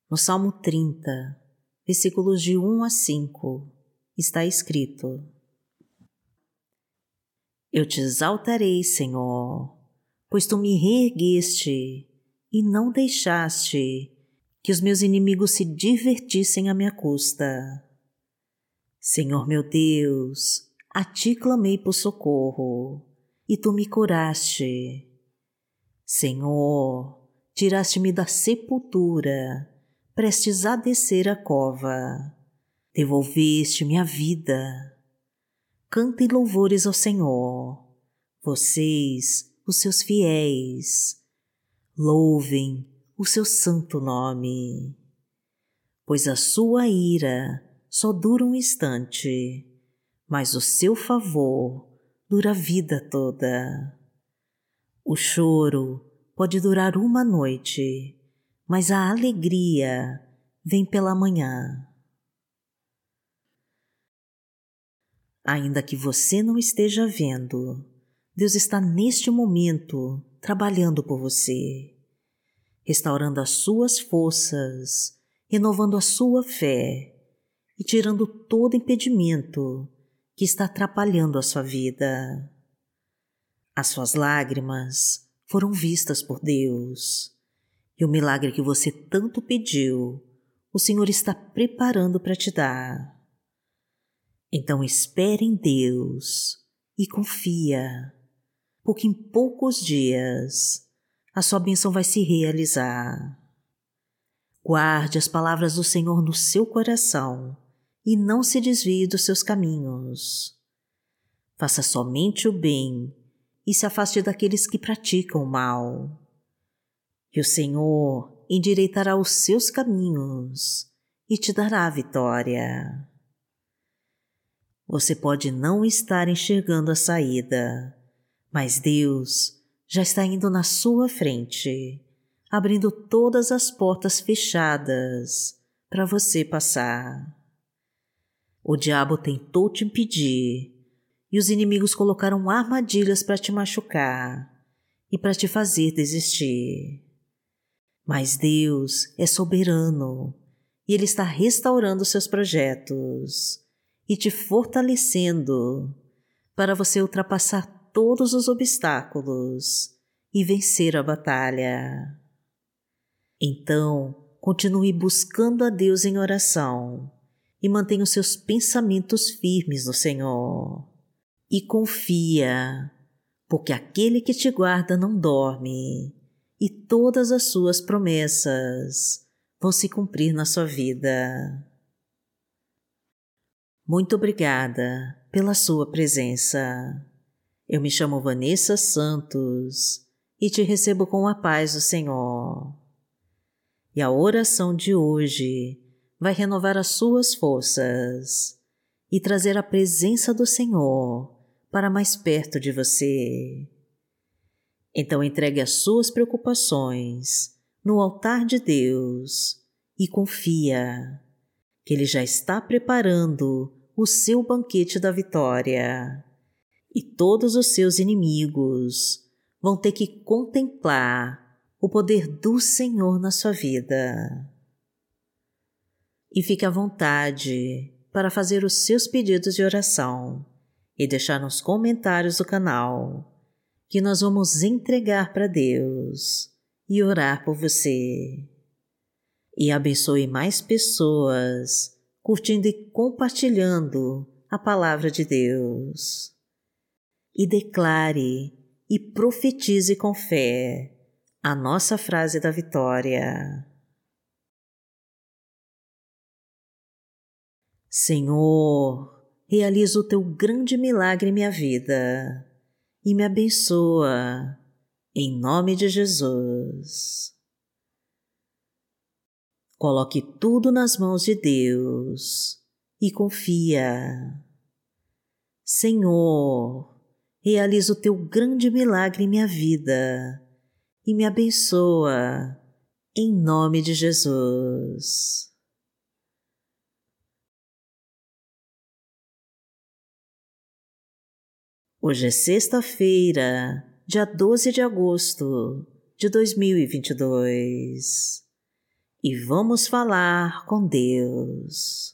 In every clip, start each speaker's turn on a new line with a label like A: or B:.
A: No Salmo 30, versículos de 1 a 5, está escrito: Eu te exaltarei, Senhor, pois tu me reergueste e não deixaste que os meus inimigos se divertissem à minha custa. Senhor meu Deus, a ti clamei por socorro, e tu me curaste. Senhor, tiraste-me da sepultura, prestes a descer a cova. Devolveste-me a vida. Cantem louvores ao Senhor, vocês, os seus fiéis. Louvem o seu santo nome. Pois a sua ira só dura um instante, mas o seu favor dura a vida toda. O choro pode durar uma noite, mas a alegria vem pela manhã. Ainda que você não esteja vendo, Deus está neste momento trabalhando por você, restaurando as suas forças, renovando a sua fé e tirando todo impedimento que está atrapalhando a sua vida. As suas lágrimas foram vistas por Deus e o milagre que você tanto pediu, o Senhor está preparando para te dar. Então espere em Deus e confia, porque em poucos dias a sua bênção vai se realizar. Guarde as palavras do Senhor no seu coração e não se desvie dos seus caminhos. Faça somente o bem e se afaste daqueles que praticam o mal. E o Senhor endireitará os seus caminhos e te dará a vitória. Você pode não estar enxergando a saída, mas Deus já está indo na sua frente, abrindo todas as portas fechadas para você passar. O diabo tentou te impedir e os inimigos colocaram armadilhas para te machucar e para te fazer desistir. Mas Deus é soberano e Ele está restaurando seus projetos e te fortalecendo para você ultrapassar todos os obstáculos e vencer a batalha. Então, continue buscando a Deus em oração e mantenha os seus pensamentos firmes no Senhor. E confia, porque aquele que te guarda não dorme e todas as suas promessas vão se cumprir na sua vida. Muito obrigada pela sua presença. Eu me chamo Vanessa Santos e te recebo com a paz do Senhor. E a oração de hoje vai renovar as suas forças e trazer a presença do Senhor para mais perto de você. Então entregue as suas preocupações no altar de Deus e confia que Ele já está preparando o seu banquete da vitória e todos os seus inimigos vão ter que contemplar o poder do Senhor na sua vida. E fique à vontade para fazer os seus pedidos de oração e deixar nos comentários do canal, que nós vamos entregar para Deus e orar por você. E abençoe mais pessoas, curtindo e compartilhando a palavra de Deus. E declare e profetize com fé a nossa frase da vitória. Senhor, realiza o teu grande milagre em minha vida e me abençoa, em nome de Jesus. Coloque tudo nas mãos de Deus e confia. Senhor, realiza o teu grande milagre em minha vida e me abençoa, em nome de Jesus. Hoje é sexta-feira, dia 12 de agosto de 2022. e vamos falar com Deus.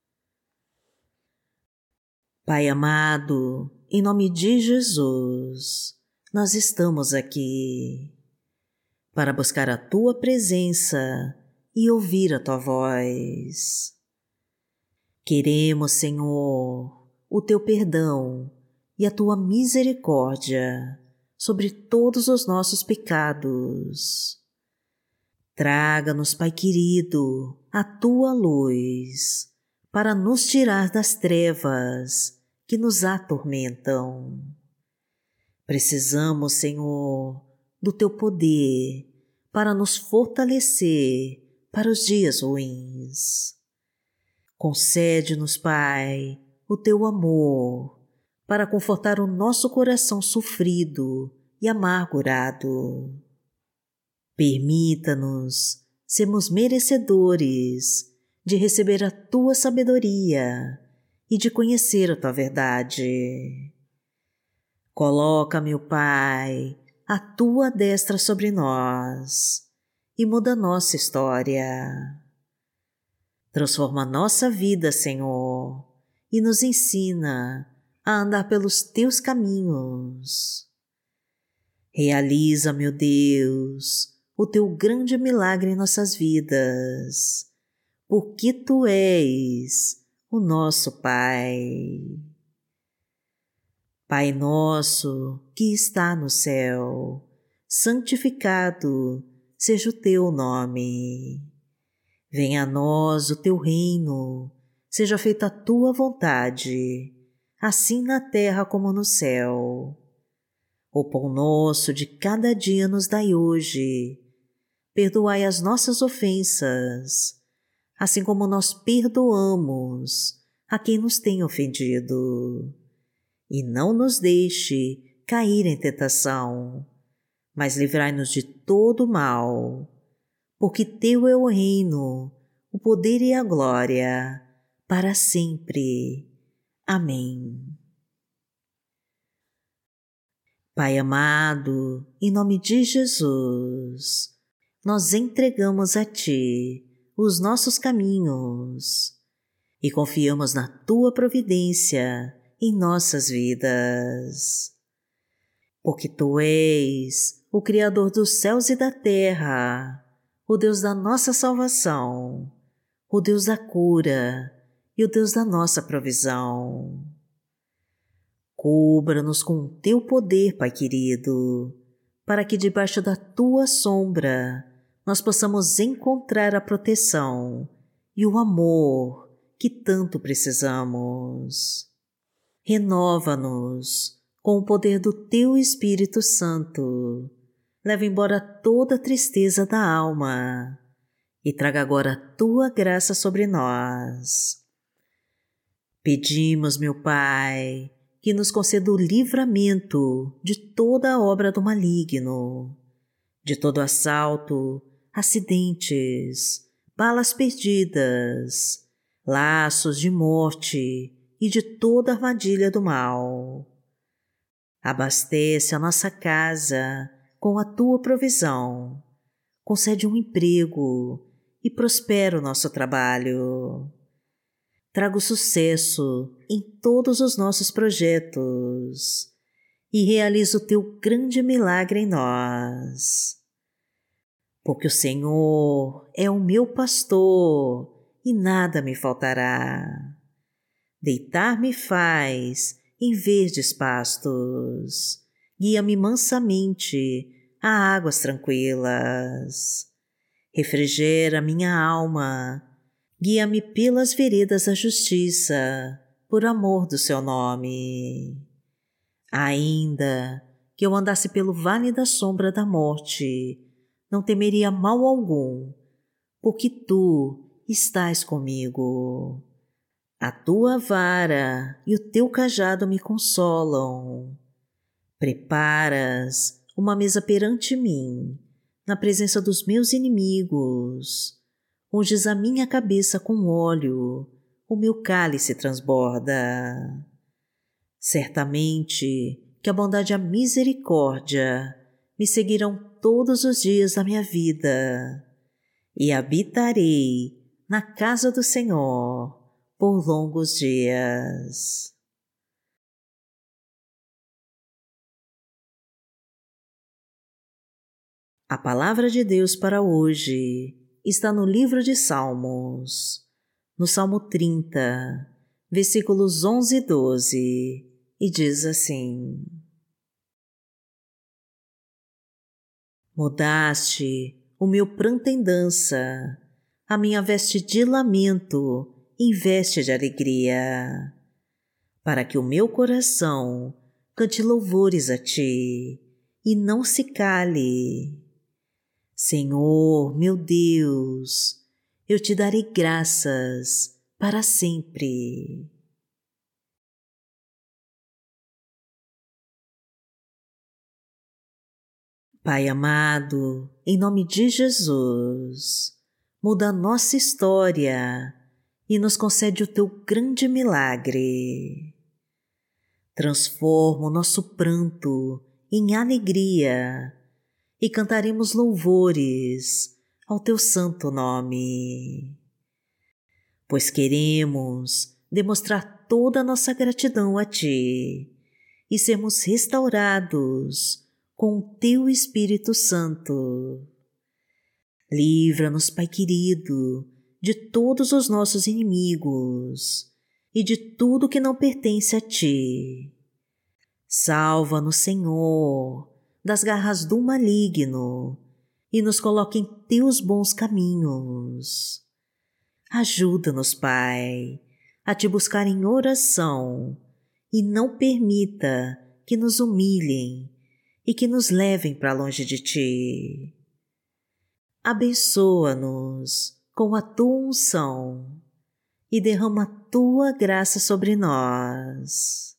A: Pai amado, em nome de Jesus, nós estamos aqui para buscar a Tua presença e ouvir a Tua voz. Queremos, Senhor, o Teu perdão e a Tua misericórdia sobre todos os nossos pecados. Traga-nos, Pai querido, a Tua luz para nos tirar das trevas que nos atormentam. Precisamos, Senhor, do Teu poder para nos fortalecer para os dias ruins. Concede-nos, Pai, o Teu amor para confortar o nosso coração sofrido e amargurado. Permita-nos sermos merecedores de receber a Tua sabedoria e de conhecer a Tua verdade. Coloca, meu Pai, a Tua destra sobre nós e muda nossa história. Transforma nossa vida, Senhor, e nos ensina a andar pelos Teus caminhos. Realiza, meu Deus, o Teu grande milagre em nossas vidas, porque Tu és o nosso Pai. Pai nosso que está no céu, santificado seja o Teu nome. Venha a nós o Teu reino, seja feita a Tua vontade, assim na terra como no céu. O pão nosso de cada dia nos dai hoje. Perdoai as nossas ofensas, assim como nós perdoamos a quem nos tem ofendido. E não nos deixe cair em tentação, mas livrai-nos de todo o mal, porque Teu é o reino, o poder e a glória, para sempre. Amém. Pai amado, em nome de Jesus, nós entregamos a Ti os nossos caminhos e confiamos na Tua providência em nossas vidas. Porque Tu és o Criador dos céus e da terra, o Deus da nossa salvação, o Deus da cura e o Deus da nossa provisão. Cubra-nos com o Teu poder, Pai querido, para que debaixo da Tua sombra nós possamos encontrar a proteção e o amor que tanto precisamos. Renova-nos com o poder do Teu Espírito Santo. Leva embora toda a tristeza da alma e traga agora a Tua graça sobre nós. Pedimos, meu Pai, que nos conceda o livramento de toda a obra do maligno, de todo assalto, acidentes, balas perdidas, laços de morte e de toda armadilha do mal. Abastece a nossa casa com a Tua provisão, concede um emprego e prospera o nosso trabalho. Traga o sucesso em todos os nossos projetos e realiza o Teu grande milagre em nós. Porque o Senhor é o meu pastor e nada me faltará. Deitar-me faz em verdes pastos, guia-me mansamente a águas tranquilas. Refrigera minha alma, guia-me pelas veredas da justiça, por amor do Seu nome. Ainda que eu andasse pelo vale da sombra da morte, não temeria mal algum, porque Tu estás comigo. A Tua vara e o Teu cajado me consolam. Preparas uma mesa perante mim, na presença dos meus inimigos. Unges a minha cabeça com óleo, o meu cálice transborda. Certamente que a bondade e a misericórdia me seguirão todos os dias da minha vida, e habitarei na casa do Senhor por longos dias. A palavra de Deus para hoje está no livro de Salmos, no Salmo 30, versículos 11 e 12, e diz assim: Mudaste o meu pranto em dança, a minha veste de lamento em veste de alegria, para que o meu coração cante louvores a ti e não se cale. Senhor, meu Deus, eu te darei graças para sempre. Pai amado, em nome de Jesus, muda a nossa história e nos concede o teu grande milagre. Transforma o nosso pranto em alegria e cantaremos louvores ao teu santo nome. Pois queremos demonstrar toda a nossa gratidão a ti e sermos restaurados com o teu Espírito Santo. Livra-nos, Pai querido, de todos os nossos inimigos e de tudo que não pertence a ti. Salva-nos, Senhor, das garras do maligno e nos coloque em teus bons caminhos. Ajuda-nos, Pai, a te buscar em oração e não permita que nos humilhem e que nos levem para longe de ti. Abençoa-nos com a tua unção e derrama a tua graça sobre nós.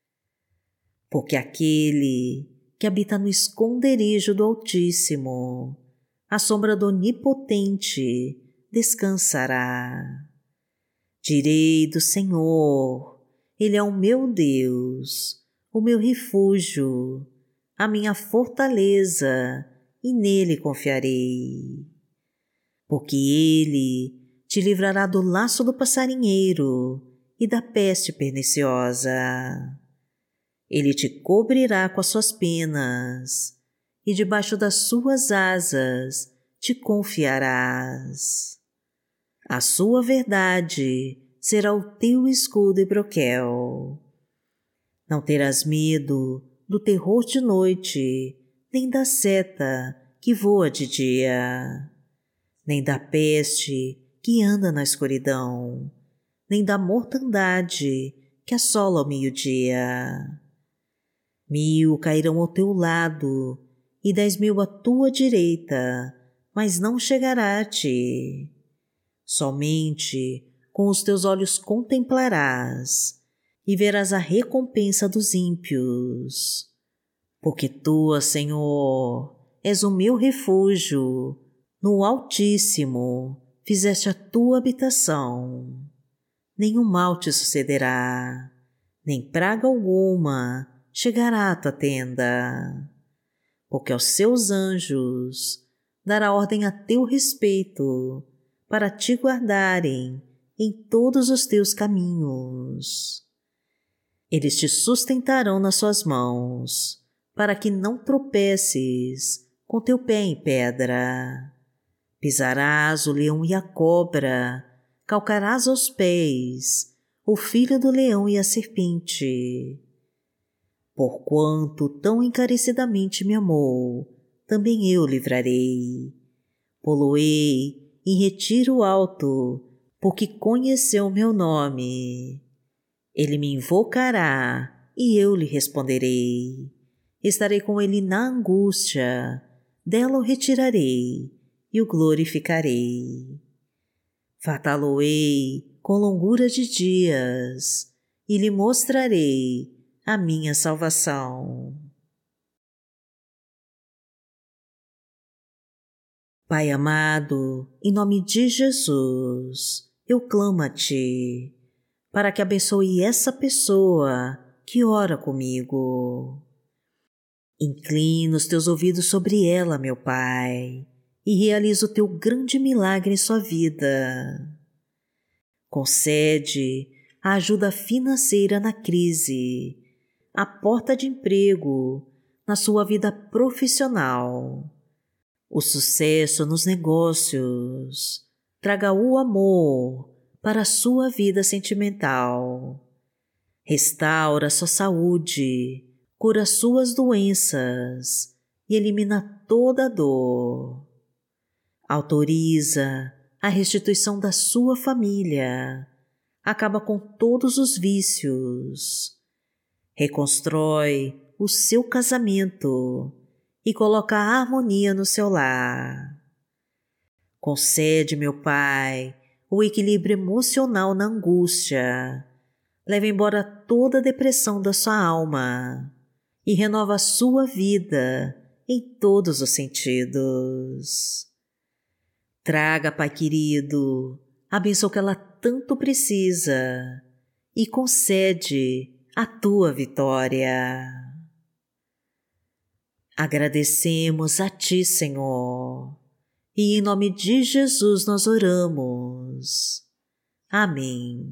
A: Porque aquele que habita no esconderijo do Altíssimo, à sombra do Onipotente, descansará. Direi do Senhor, Ele é o meu Deus, o meu refúgio, a minha fortaleza, e nele confiarei. Porque Ele te livrará do laço do passarinheiro e da peste perniciosa. Ele te cobrirá com as suas penas, e debaixo das suas asas te confiarás. A sua verdade será o teu escudo e broquel. Não terás medo do terror de noite, nem da seta que voa de dia, nem da peste que anda na escuridão, nem da mortandade que assola ao meio-dia. 1000 cairão ao teu lado e 10.000 à tua direita, mas não chegará a ti. Somente com os teus olhos contemplarás e verás a recompensa dos ímpios. Porque tu, Senhor, és o meu refúgio, no Altíssimo fizeste a tua habitação. Nenhum mal te sucederá, nem praga alguma chegará à tua tenda. Porque aos seus anjos dará ordem a teu respeito, para te guardarem em todos os teus caminhos. Eles te sustentarão nas suas mãos, para que não tropeces com teu pé em pedra. Pisarás o leão e a cobra, calcarás aos pés o filho do leão e a serpente. Porquanto tão encarecidamente me amou, também eu livrarei. Poloei em retiro alto, porque conheceu meu nome. Ele me invocará e eu lhe responderei. Estarei com ele na angústia, dela o retirarei e o glorificarei. Fartá-lo-ei com longura de dias e lhe mostrarei a minha salvação. Pai amado, em nome de Jesus, eu clamo a Ti, para que abençoe essa pessoa que ora comigo. Inclina os Teus ouvidos sobre ela, meu Pai, e realiza o teu grande milagre em sua vida. Concede a ajuda financeira na crise, a porta de emprego na sua vida profissional, o sucesso nos negócios, traga o amor para a sua vida sentimental. Restaura sua saúde, cura suas doenças e elimina toda a dor. Autoriza a restituição da sua família, acaba com todos os vícios, reconstrói o seu casamento e coloca a harmonia no seu lar. Concede, meu Pai, o equilíbrio emocional na angústia, leva embora toda a depressão da sua alma e renova a sua vida em todos os sentidos. Traga, Pai querido, a bênção que ela tanto precisa e concede a tua vitória. Agradecemos a Ti, Senhor, e em nome de Jesus nós oramos. Amém.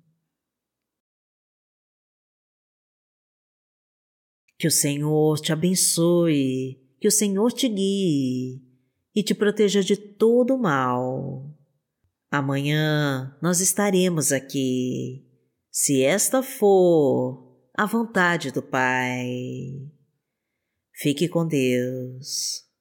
A: Que o Senhor te abençoe, que o Senhor te guie e te proteja de todo o mal. Amanhã nós estaremos aqui, se esta for a vontade do Pai. Fique com Deus.